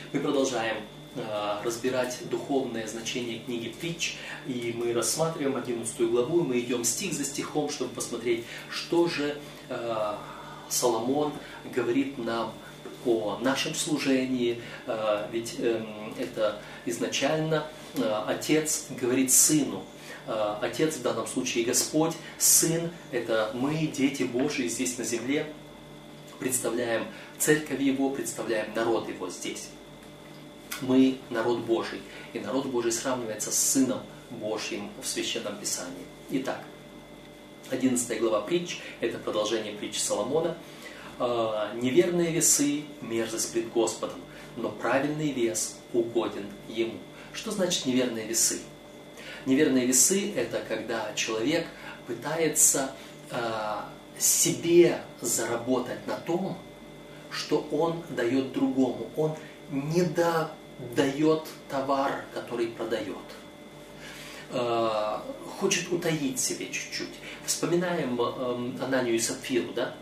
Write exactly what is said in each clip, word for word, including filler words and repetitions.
Мы продолжаем э, разбирать духовное значение книги Притч, и мы рассматриваем одиннадцатую главу, и мы идем стих за стихом, чтобы посмотреть, что же э, Соломон говорит нам о нашем служении, э, ведь э, это изначально э, отец говорит сыну. Э, отец в данном случае Господь, сын – это мы, дети Божии здесь на земле, представляем церковь Его, представляем народ Его здесь. Мы народ Божий, и народ Божий сравнивается с Сыном Божьим в Священном Писании. Итак, одиннадцатая глава Притч – это продолжение притчи Соломона. «Неверные весы – мерзость пред Господом, но правильный вес угоден Ему». Что значит неверные весы? Неверные весы – это когда человек пытается себе заработать на том, что он дает другому. Он не дает товар, который продает. Хочет утаить себе чуть-чуть. Вспоминаем Ананию и Сапфиру, да?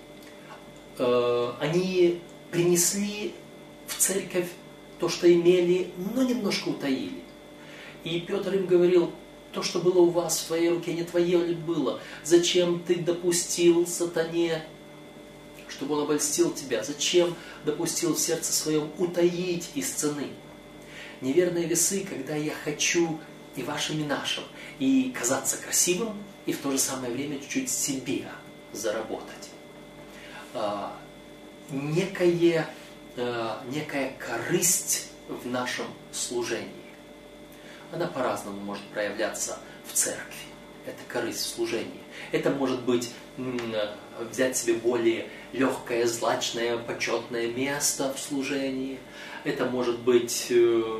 Они принесли в церковь то, что имели, но немножко утаили. И Петр им говорил: то, что было у вас в твоей руке, не твое ли было? Зачем ты допустил сатане, чтобы он обольстил тебя? Зачем допустил в сердце своем утаить из цены? Неверные весы, когда я хочу и вашим, и нашим, и казаться красивым, и в то же самое время чуть-чуть себе заработать. А, некое, а, некая корысть в нашем служении. Она по-разному может проявляться в церкви. Это корысть в служении. Это может быть взять себе более легкое, злачное, почетное место в служении. Это может быть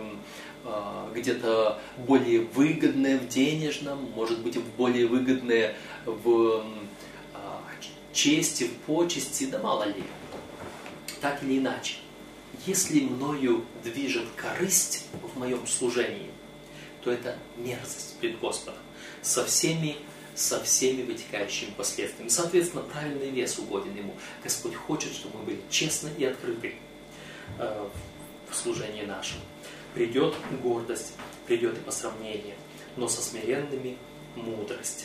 где-то более выгодное в денежном, может быть более выгодное в чести, в почести, да мало ли. Так или иначе, если мною движет корысть в моем служении, то это мерзость пред Господом, со всеми, со всеми вытекающими последствиями. Соответственно, правильный вес угоден Ему. Господь хочет, чтобы мы были честны и открыты э, в служении нашем. Придет гордость, придет и посрамление, но со смиренными мудрость.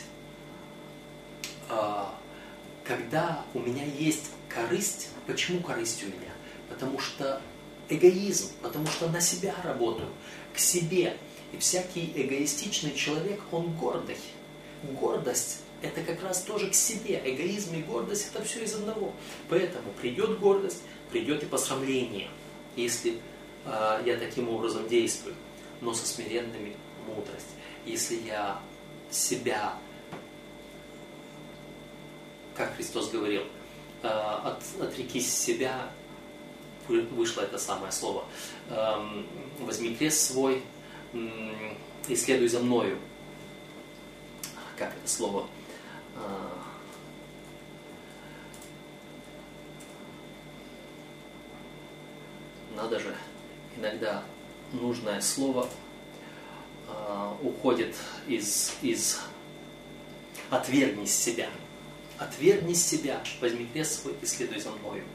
А, когда у меня есть корысть, почему корысть у меня? Потому что эгоизм, потому что на себя работаю, к себе. И всякий эгоистичный человек, он гордый. Гордость – это как раз тоже к себе. Эгоизм и гордость – это все из одного. Поэтому придет гордость, придет и посрамление, если э, я таким образом действую. Но со смиренными мудрость. Если я себя, как Христос говорил, э, от, отрекись себя, вышло это самое слово, э, возьми крест свой, и следуй за мною. Как это слово? Надо же, иногда нужное слово уходит из, из отвергнись себя. Отвергнись себя, возьми крест свой и следуй за мною.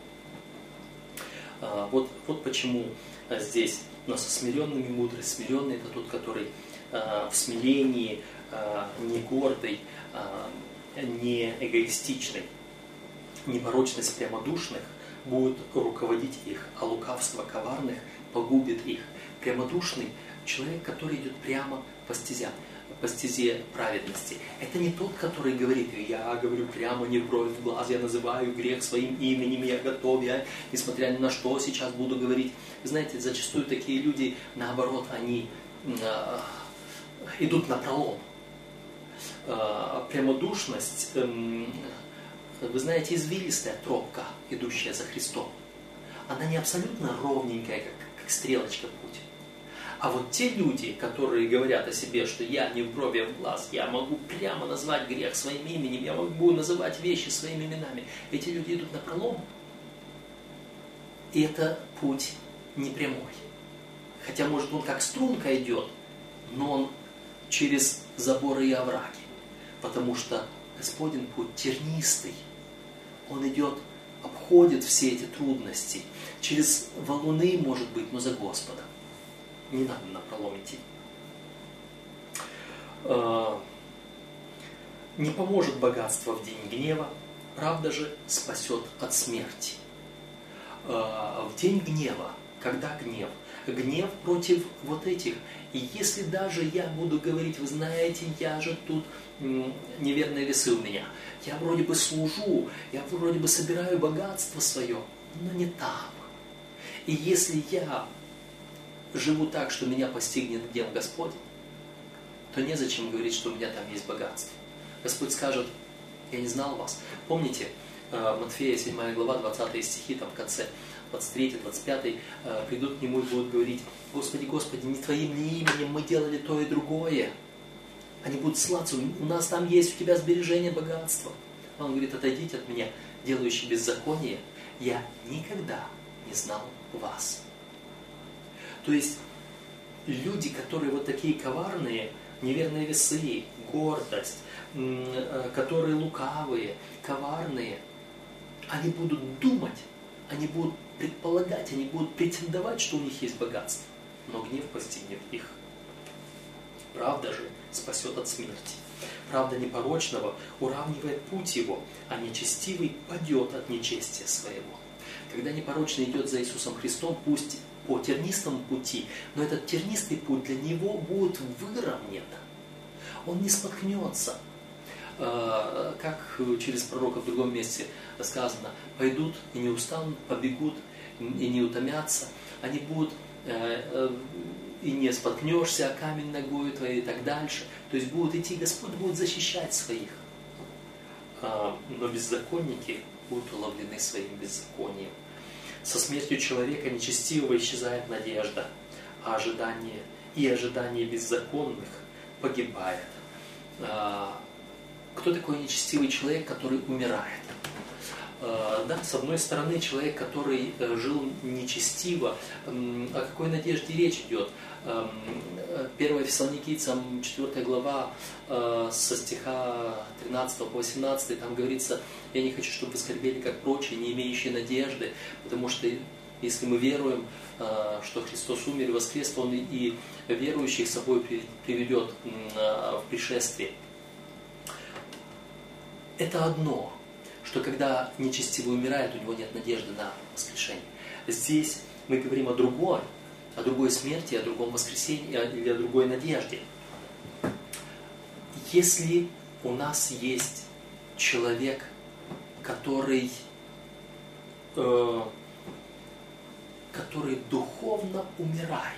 Вот, вот почему здесь, но со смиренными мудрость. Смиренный – это тот, который э, в смирении, э, не гордый, э, не эгоистичный. Непорочность прямодушных будет руководить их, а лукавство коварных погубит их. Прямодушный – человек, который идет прямо по стезе, по стезе праведности. Это не тот, который говорит: я говорю прямо, не бровь в глаз, я называю грех своим именем, я готов, я, несмотря ни на что, сейчас буду говорить. Вы знаете, зачастую такие люди, наоборот, они э, идут напролом. Э, прямодушность, э, вы знаете, извилистая тропка, идущая за Христом. Она не абсолютно ровненькая, как, как стрелочка путь. А вот те люди, которые говорят о себе, что я не в брови, а в глаз, я могу прямо назвать грех своим именем, я могу называть вещи своими именами, эти люди идут напролом. И это путь не прямой. Хотя, может, он как струнка идет, но он через заборы и овраги. Потому что Господень путь тернистый. Он идет обходит все эти трудности. Через валуны, может быть, но за Господа. Не надо напролом идти. Не поможет богатство в день гнева, правда же спасет от смерти. В день гнева, когда гнев? Гнев против вот этих. И если даже я буду говорить, вы знаете, я же тут, неверные весы у меня, я вроде бы служу, я вроде бы собираю богатство свое, но не там. И если я живу так, что меня постигнет гнев Господь, то незачем говорить, что у меня там есть богатство. Господь скажет, я не знал вас. Помните, Матфея седьмая глава, двадцатые стихи, там в конце, двадцать третий, двадцать пятый, придут к нему и будут говорить, Господи, Господи, не Твоим ли именем мы делали то и другое. Они будут ссылаться, у нас там есть у Тебя сбережение богатства. А Он говорит, отойдите от меня, делающий беззаконие, я никогда не знал вас. То есть, люди, которые вот такие коварные, неверные весы, гордость, которые лукавые, коварные, они будут думать, они будут предполагать, они будут претендовать, что у них есть богатство. Но гнев постигнет их. Правда же спасет от смерти. Правда непорочного уравнивает путь его, а нечестивый падет от нечестия своего. Когда непорочный идет за Иисусом Христом, пусть по тернистому пути, но этот тернистый путь для него будет выровнен. Он не споткнется. Как через пророка в другом месте сказано, пойдут и не устанут, побегут и не утомятся, они будут и не споткнешься о камень ногою твоей и так дальше. То есть будут идти, Господь будет защищать своих. Но беззаконники будут уловлены своим беззаконием. Со смертью человека нечестивого исчезает надежда, а ожидание и ожидание беззаконных погибает. Кто такой нечестивый человек, который умирает? Да, с одной стороны, человек, который жил нечестиво, о какой надежде речь идет? первое Фессалоникийцам, четвёртая глава, со стиха тринадцатого по восемнадцатый, там говорится, я не хочу, чтобы вы скорбели, как прочие, не имеющие надежды, потому что если мы веруем, что Христос умер и воскрес, то Он и верующих с собой приведет в пришествие. Это одно, что когда нечестивый умирает, у него нет надежды на воскрешение. Здесь мы говорим о другой, о другой смерти, о другом воскресении или о другой надежде. Если у нас есть человек, который, э, который духовно умирает,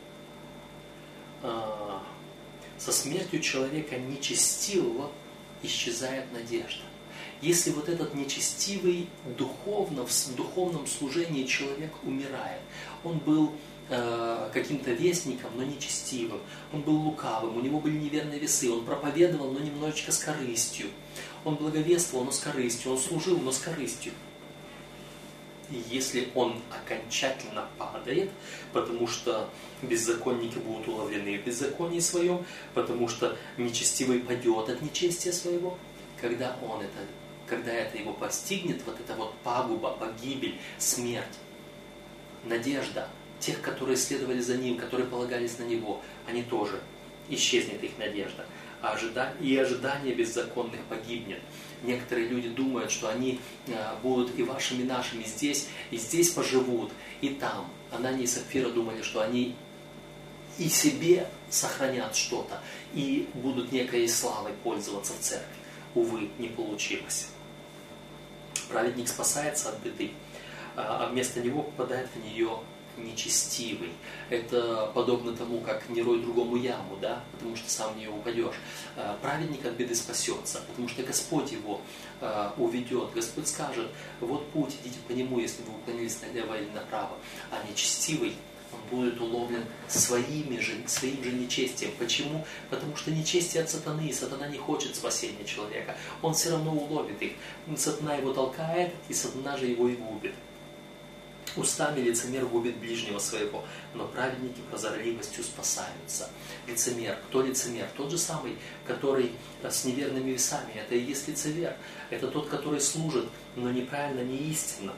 э, со смертью человека нечестивого исчезает надежда. Если вот этот нечестивый духовно, в духовном служении человек умирает, он был э, каким-то вестником, но нечестивым, он был лукавым, у него были неверные весы, он проповедовал, но немножечко с корыстью, он благовествовал, но с корыстью, он служил, но с корыстью. И если он окончательно падает, потому что беззаконники будут уловлены в беззаконии своем, потому что нечестивый падет от нечестия своего, когда он это, когда это его постигнет, вот эта вот пагуба, погибель, смерть, надежда тех, которые следовали за ним, которые полагались на него, они тоже, исчезнет их надежда. А ожида... И ожидание беззаконных погибнет. Некоторые люди думают, что они будут и вашими, и нашими здесь, и здесь поживут, и там. Анания и Сапфира думали, что они и себе сохранят что-то, и будут некой славой пользоваться в церкви. Увы, не получилось. Праведник спасается от беды, а вместо него попадает в нее нечестивый. Это подобно тому, как не рой другому яму, да, потому что сам в нее упадешь. Праведник от беды спасется, потому что Господь его уведет. Господь скажет, вот путь, идите по нему, если вы уклонились налево или направо. А нечестивый, он будет уловлен своими же, своим же нечестием. Почему? Потому что нечестие от сатаны, и сатана не хочет спасения человека. Он все равно уловит их. Сатана его толкает, и сатана же его и губит. Устами лицемер губит ближнего своего, но праведники прозорливостью спасаются. Лицемер. Кто лицемер? Тот же самый, который с неверными весами. Это и есть лицемер. Это тот, который служит, но неправильно, не истинно.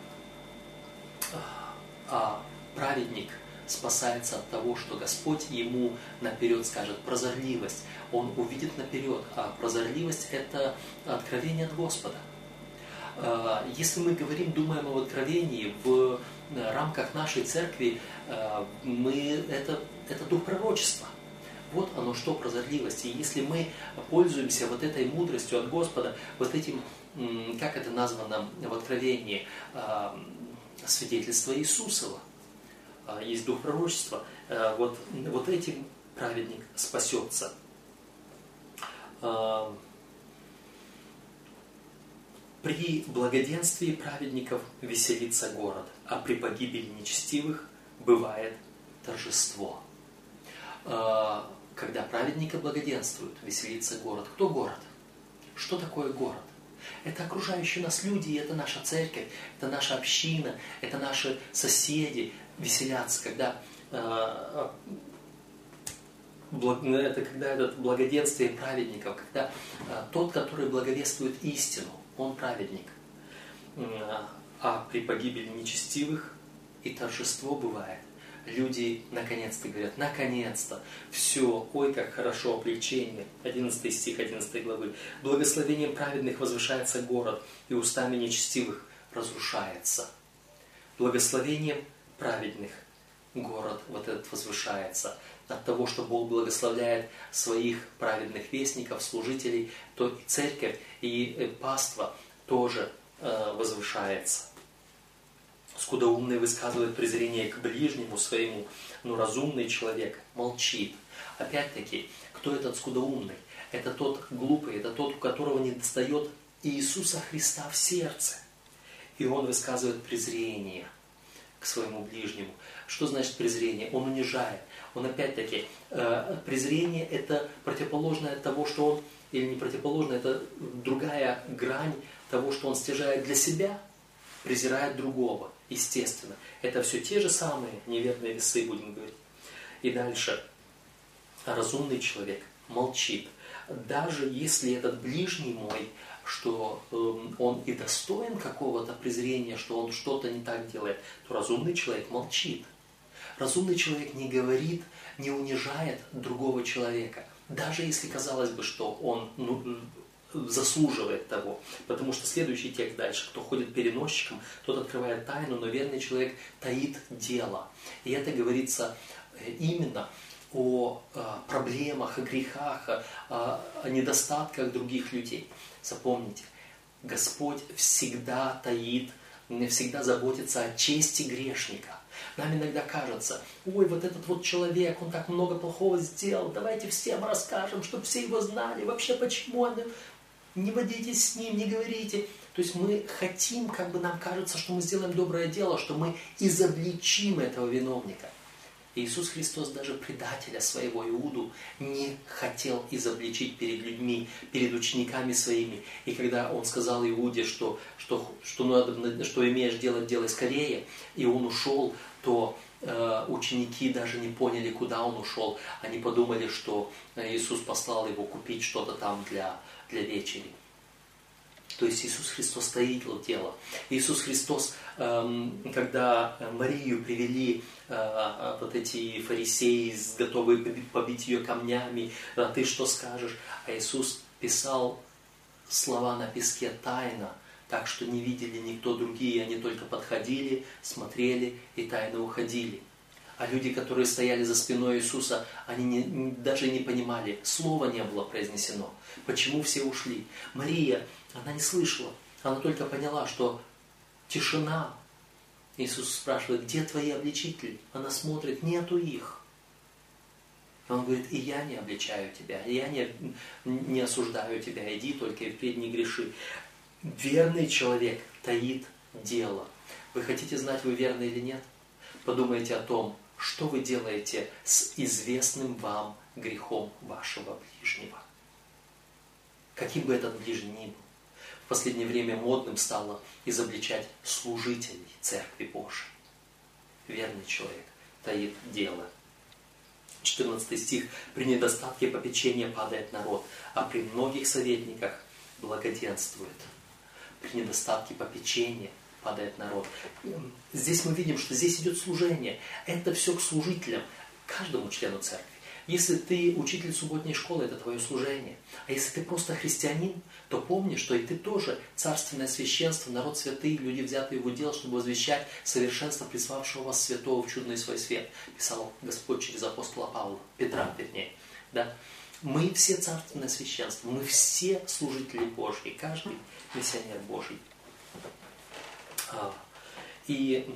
А праведник спасается от того, что Господь ему наперед скажет. Прозорливость. Он увидит наперед. А прозорливость – это откровение от Господа. Если мы говорим, думаем об откровении в рамках нашей церкви, мы, это, это дух пророчества. Вот оно что, прозорливость. И если мы пользуемся вот этой мудростью от Господа, вот этим, как это названо в откровении, свидетельство Иисусова, есть дух пророчества, вот, вот этим праведник спасется. При благоденствии праведников веселится город, а при погибели нечестивых бывает торжество. Когда праведника благоденствуют, веселится город. Кто город? Что такое город? Это окружающие нас люди, это наша церковь, это наша община, это наши соседи веселятся, когда это когда это благоденствие праведников, когда тот, который благовествует истину, он праведник. А при погибели нечестивых и торжество бывает. Люди наконец-то говорят, наконец-то, все, ой, как хорошо, облегчение. одиннадцатый стих одиннадцатой главы. Благословением праведных возвышается город, и устами нечестивых разрушается. Благословением праведных город вот этот возвышается. От того, что Бог благословляет своих праведных вестников, служителей, то и церковь, и паства тоже э, возвышается. Скудоумный высказывает презрение к ближнему своему, но разумный человек молчит. Опять-таки, кто этот скудоумный? Это тот глупый, это тот, у которого не достает Иисуса Христа в сердце. И он высказывает презрение к своему ближнему. Что значит презрение? Он унижает. Он опять-таки, э, презрение это противоположное от того, что он, или не противоположное, это другая грань того, что он стяжает для себя, презирает другого, естественно. Это все те же самые неверные весы, будем говорить. И дальше. Разумный человек молчит. Даже если этот ближний мой, что э, он и достоин какого-то презрения, что он что-то не так делает, то разумный человек молчит. Разумный человек не говорит, не унижает другого человека, даже если казалось бы, что он ну, заслуживает того. Потому что следующий текст дальше, кто ходит переносчиком, тот открывает тайну, но верный человек таит дело. И это говорится именно о проблемах, о грехах, о недостатках других людей. Запомните, Господь всегда таит, всегда заботится о чести грешника. Нам иногда кажется, ой, вот этот вот человек, он так много плохого сделал, давайте всем расскажем, чтобы все его знали, вообще почему он... Не водитесь с ним, не говорите. То есть мы хотим, как бы нам кажется, что мы сделаем доброе дело, что мы изобличим этого виновника. Иисус Христос даже предателя своего Иуду не хотел изобличить перед людьми, перед учениками своими. И когда он сказал Иуде, что, что, что, надо, что имеешь делать, делай скорее, и он ушел, то э, ученики даже не поняли, куда он ушел. Они подумали, что Иисус послал его купить что-то там для, для вечери. То есть Иисус Христос таил дело. Иисус Христос, когда Марию привели вот эти фарисеи, готовые побить ее камнями, а ты что скажешь? А Иисус писал слова на песке тайно, так что не видели никто другие, они только подходили, смотрели и тайно уходили. А люди, которые стояли за спиной Иисуса, они не, даже не понимали, слова не было произнесено. Почему все ушли? Мария, она не слышала, она только поняла, что тишина. Иисус спрашивает, где твои обличители? Она смотрит, нету их. Он говорит, и я не обличаю тебя, и я не, не осуждаю тебя, иди только и впредь не греши. Верный человек таит дело. Вы хотите знать, вы верны или нет? Подумайте о том, что вы делаете с известным вам грехом вашего ближнего. Каким бы этот ближний ни был. В последнее время модным стало изобличать служителей Церкви Божией. верный человек таит дело. четырнадцатый стих. При недостатке попечения падает народ, а при многих советниках благоденствует. При недостатке попечения падает народ. Здесь мы видим, что здесь идет служение. Это все к служителям, каждому члену церкви. Если ты учитель субботней школы, это твое служение. А если ты просто христианин, то помни, что и ты тоже царственное священство, народ святый, люди, взятые в удел, чтобы возвещать совершенство призвавшего вас святого в чудный свой свет. Писал Господь через апостола Павла, Петра, вернее. Да? Мы все царственное священство, мы все служители Божьи, каждый миссионер Божий. И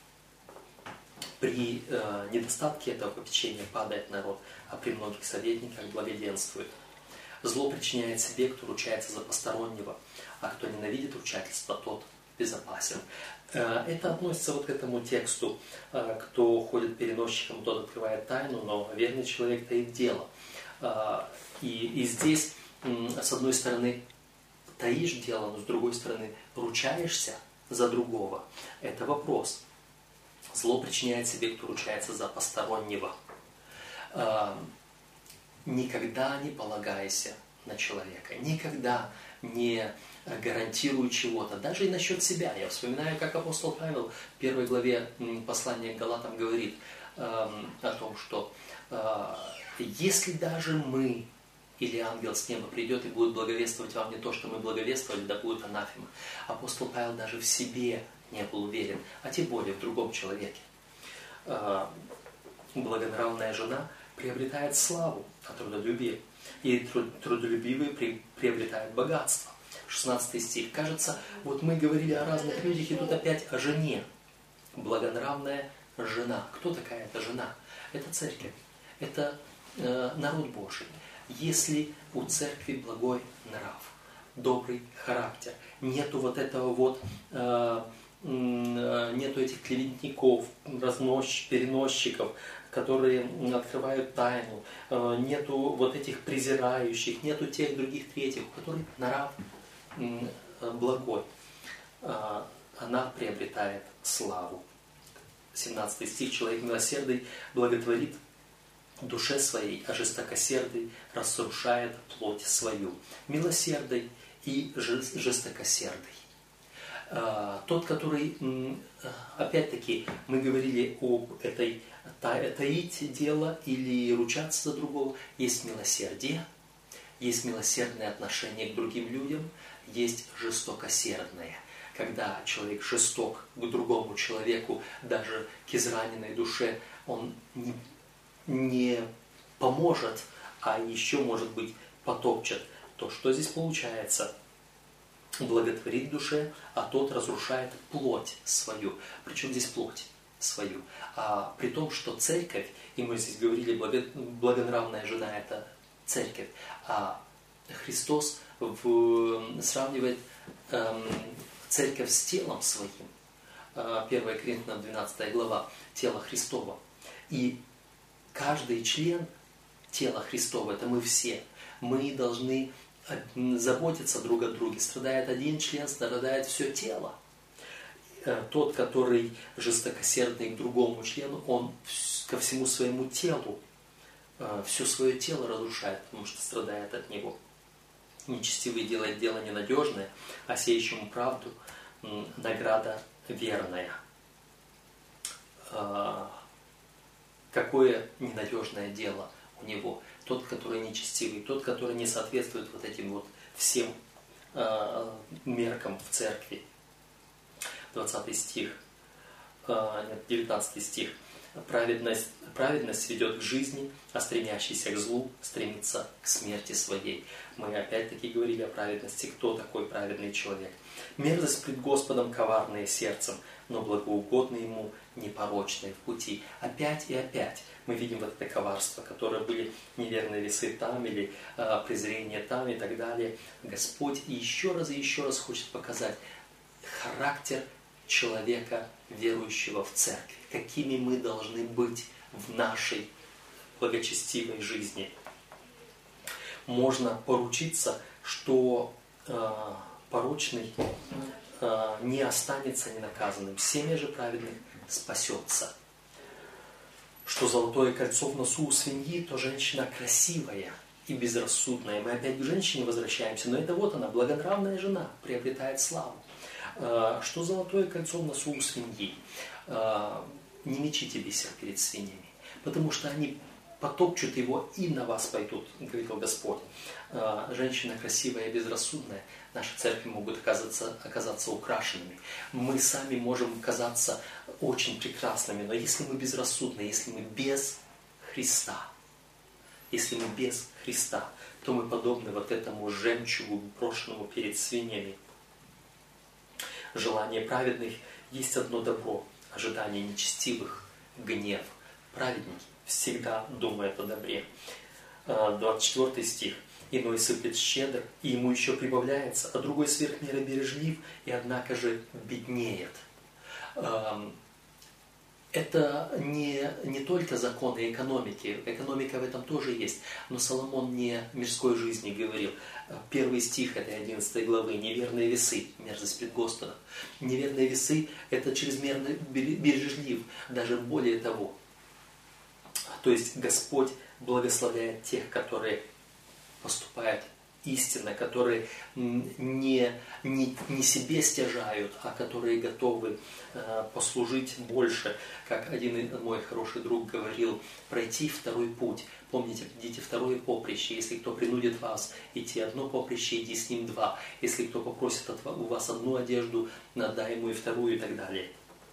при э, недостатке этого попечения падает народ, а при многих советниках благоденствует. Зло причиняет себе, кто ручается за постороннего, а кто ненавидит ручательство, тот безопасен. Э, это относится вот к этому тексту. Э, кто ходит переносчиком, тот открывает тайну, но верный человек таит дело. Э, и, и здесь, э, с одной стороны, таишь дело, но с другой стороны, ручаешься за другого. Это вопрос. Зло причиняет себе, кто ручается за постороннего. Никогда не полагайся на человека. Никогда не гарантируй чего-то. Даже и насчет себя. Я вспоминаю, как апостол Павел в первой главе послания к Галатам говорит о том, что если даже мы или ангел с неба придет и будет благовествовать вам не то, что мы благовествовали, да будет анафема. Апостол Павел даже в себе не был уверен, а тем более в другом человеке. Благонравная жена приобретает славу от трудолюбия, и трудолюбивый приобретает богатство. шестнадцатый стих. Кажется, вот мы говорили о разных людях, и тут опять о жене. Благонравная жена. Кто такая эта жена? Это церковь. Это э, народ Божий. Если у церкви благой нрав, добрый характер, нету вот этого вот, э, э, нету этих клеветников, разносчиков, переносчиков, которые открывают тайну, э, нету вот этих презирающих, нету тех других третьих, у которых нрав э, благой, э, она приобретает славу. семнадцатый стих. Человек милосердный благотворит душе своей, а жестокосердый разрушает плоть свою. Милосердный и жестокосердый. Тот, который, опять-таки, мы говорили об этой таить дело или ручаться за другого, есть милосердие, есть милосердное отношение к другим людям, есть жестокосердное. Когда человек жесток к другому человеку, даже к израненной душе, он не не поможет, а еще, может быть, потопчет, то что здесь получается? Благотворит душе, а тот разрушает плоть свою. Причем здесь плоть свою? А при том, что церковь, и мы здесь говорили, благо, благонравная жена – это церковь, а Христос в, сравнивает эм, церковь с телом своим. первое Коринфянам двенадцатая глава, тело Христово. И каждый член тела Христова, это мы все, мы должны заботиться друг о друге. Страдает один член, страдает все тело. Тот, который жестокосердный к другому члену, он ко всему своему телу, все свое тело разрушает, потому что страдает от него. Нечестивый делает дело ненадежное, а сеющему правду награда верная. Какое ненадежное дело у него. Тот, который нечестивый, тот, который не соответствует вот этим вот всем э, меркам в церкви. двадцатый стих, э, нет, девятнадцатый стих. Праведность, праведность ведет к жизни, а стремящийся к злу стремится к смерти своей. Мы опять-таки говорили о праведности. Кто такой праведный человек? Мерзость пред Господом коварное сердцем, но благоугодный ему непорочные в пути. Опять и опять мы видим вот это коварство, которое были неверные весы там, или э, презрение там и так далее. Господь еще раз и еще раз хочет показать характер человека, верующего в церкви. Какими мы должны быть в нашей благочестивой жизни. Можно поручиться, что э, порочный э, не останется ненаказанным. Семя же праведных спасется. что золотое кольцо в носу у свиньи, то женщина красивая и безрассудная. Мы опять к женщине возвращаемся, но это вот она, благонравная жена, приобретает славу. Что золотое кольцо в носу у свиньи? Не мечите бисер перед свиньями, потому что они потопчут его и на вас пойдут, говорил Господь. Женщина красивая и безрассудная, наши церкви могут оказаться, оказаться украшенными. Мы сами можем казаться очень прекрасными, но если мы безрассудны, если мы без Христа, если мы без Христа, то мы подобны вот этому жемчугу, брошенному перед свиньями. Желание праведных есть одно добро, ожидание нечестивых — гнев. Праведники всегда думают о добре. двадцать четвёртый стих. Иной сыплет щедр, и ему еще прибавляется, а другой сверх меры бережлив, и однако же беднеет. Это не, не только законы экономики, экономика в этом тоже есть, но Соломон не о мирской жизни говорил. Первый стих этой одиннадцатой главы: неверные весы, мерзость пред Господом. Неверные весы — это чрезмерно бережлив, даже более того. То есть Господь благословляет тех, которые поступают истинно, которые не, не, не себе стяжают, а которые готовы э, послужить больше. Как один мой хороший друг говорил, пройти второй путь. Помните, идите второе поприще. Если кто принудит вас идти одно поприще, иди с ним два. Если кто попросит от вас, у вас одну одежду, дай ему и вторую, и так далее.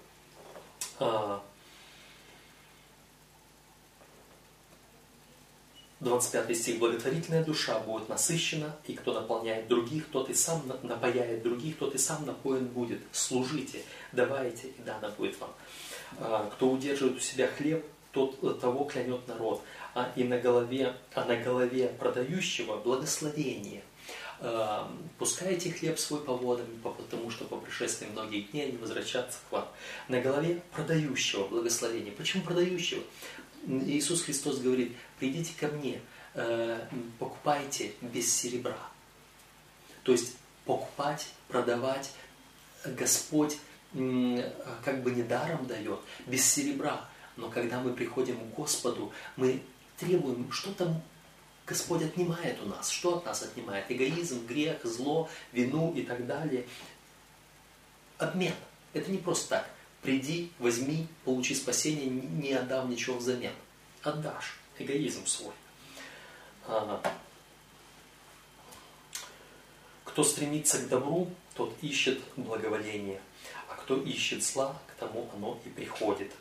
двадцать пятый стих. Благотворительная душа будет насыщена, и кто наполняет других, тот и сам напояет других, тот и сам напоен будет. Служите, давайте, и дано будет вам. Кто удерживает у себя хлеб, тот того клянет народ, а и на голове, а на голове продающего благословение. Пускайте хлеб свой по водам, потому что по пришествии многих дней они возвращатся к вам. На голове продающего благословение. Почему продающего? Иисус Христос говорит: придите ко мне, покупайте без серебра. То есть покупать, продавать Господь как бы не даром дает, без серебра. Но когда мы приходим к Господу, мы требуем, что там Господь отнимает у нас. Что от нас отнимает? Эгоизм, грех, зло, вину и так далее. Обмен. Это не просто так. Приди, возьми, получи спасение, не отдав ничего взамен. Отдашь. Эгоизм свой. Кто стремится к добру, тот ищет благоволение. А кто ищет зла, к тому оно и приходит.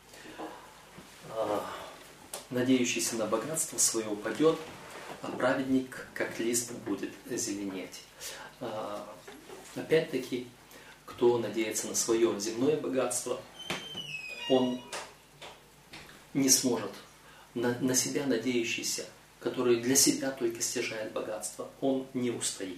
Надеющийся на богатство свое упадет, а праведник, как лист, будет зеленеть. Опять-таки, кто надеется на свое земное богатство, он не сможет. На, на себя надеющийся, который для себя только стяжает богатство, он не устоит.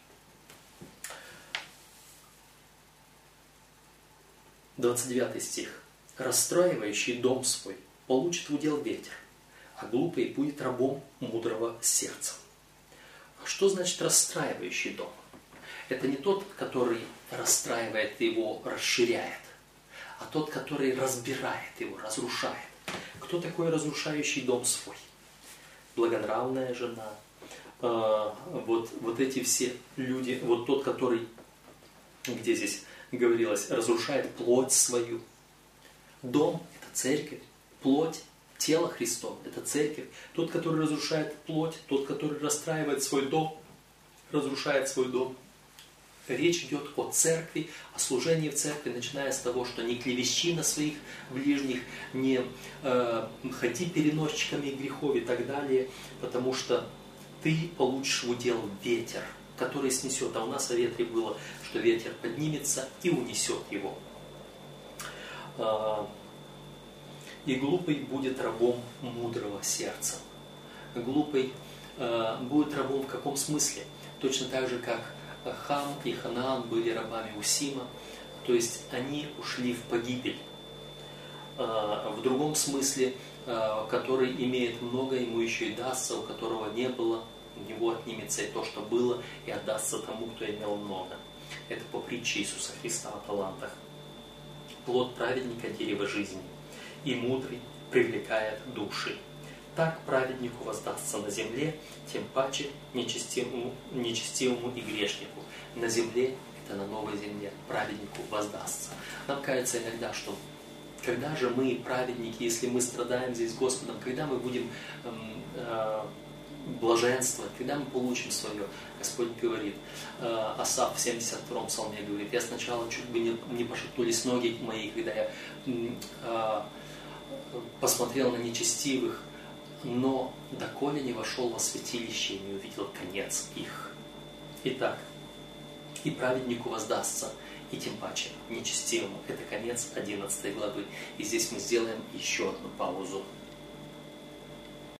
двадцать девятый стих. Расстраивающий дом свой получит в удел ветер, а глупый будет рабом мудрого сердца. Что значит расстраивающий дом? Это не тот, который расстраивает его, расширяет, а тот, который разбирает его, разрушает. Кто такой разрушающий дом свой? Благонравная жена. Э, вот, вот эти все люди, вот тот, который, где здесь говорилось, разрушает плоть свою. Дом – это церковь, плоть, тело Христово – это церковь. Тот, который разрушает плоть, тот, который расстраивает свой дом, разрушает свой дом. Речь идет о церкви, о служении в церкви, начиная с того, что не клевещи на своих ближних, не э, ходи переносчиками грехов и так далее, потому что ты получишь в удел ветер, который снесет. А у нас о ветре было, что ветер поднимется и унесет его. Э, и глупый будет рабом мудрого сердца. Глупый э, будет рабом в каком смысле? Точно так же, как Хам и Ханаан были рабами у Сима, то есть они ушли в погибель. В другом смысле, который имеет много, ему еще и дастся, у которого не было, у него отнимется и то, что было, и отдастся тому, кто имел много. Это по притче Иисуса Христа о талантах. Плод праведника – дерево жизни, и мудрый привлекает души. Так праведнику воздастся на земле, тем паче нечестивому, нечестивому и грешнику. На земле, это на новой земле, праведнику воздастся. Нам кажется иногда, что когда же мы, праведники, если мы страдаем здесь с Господом, когда мы будем э, э, блаженствовать, когда мы получим свое? Господь говорит, э, Асаф в семьдесят втором псалме говорит, я сначала чуть бы не, не пошатнулись ноги мои, когда я э, посмотрел на нечестивых, но доколе не вошел во святилище и не увидел конец их. Итак, и праведнику воздастся, и тем паче нечестивому. Это конец одиннадцатой главы. И здесь мы сделаем еще одну паузу.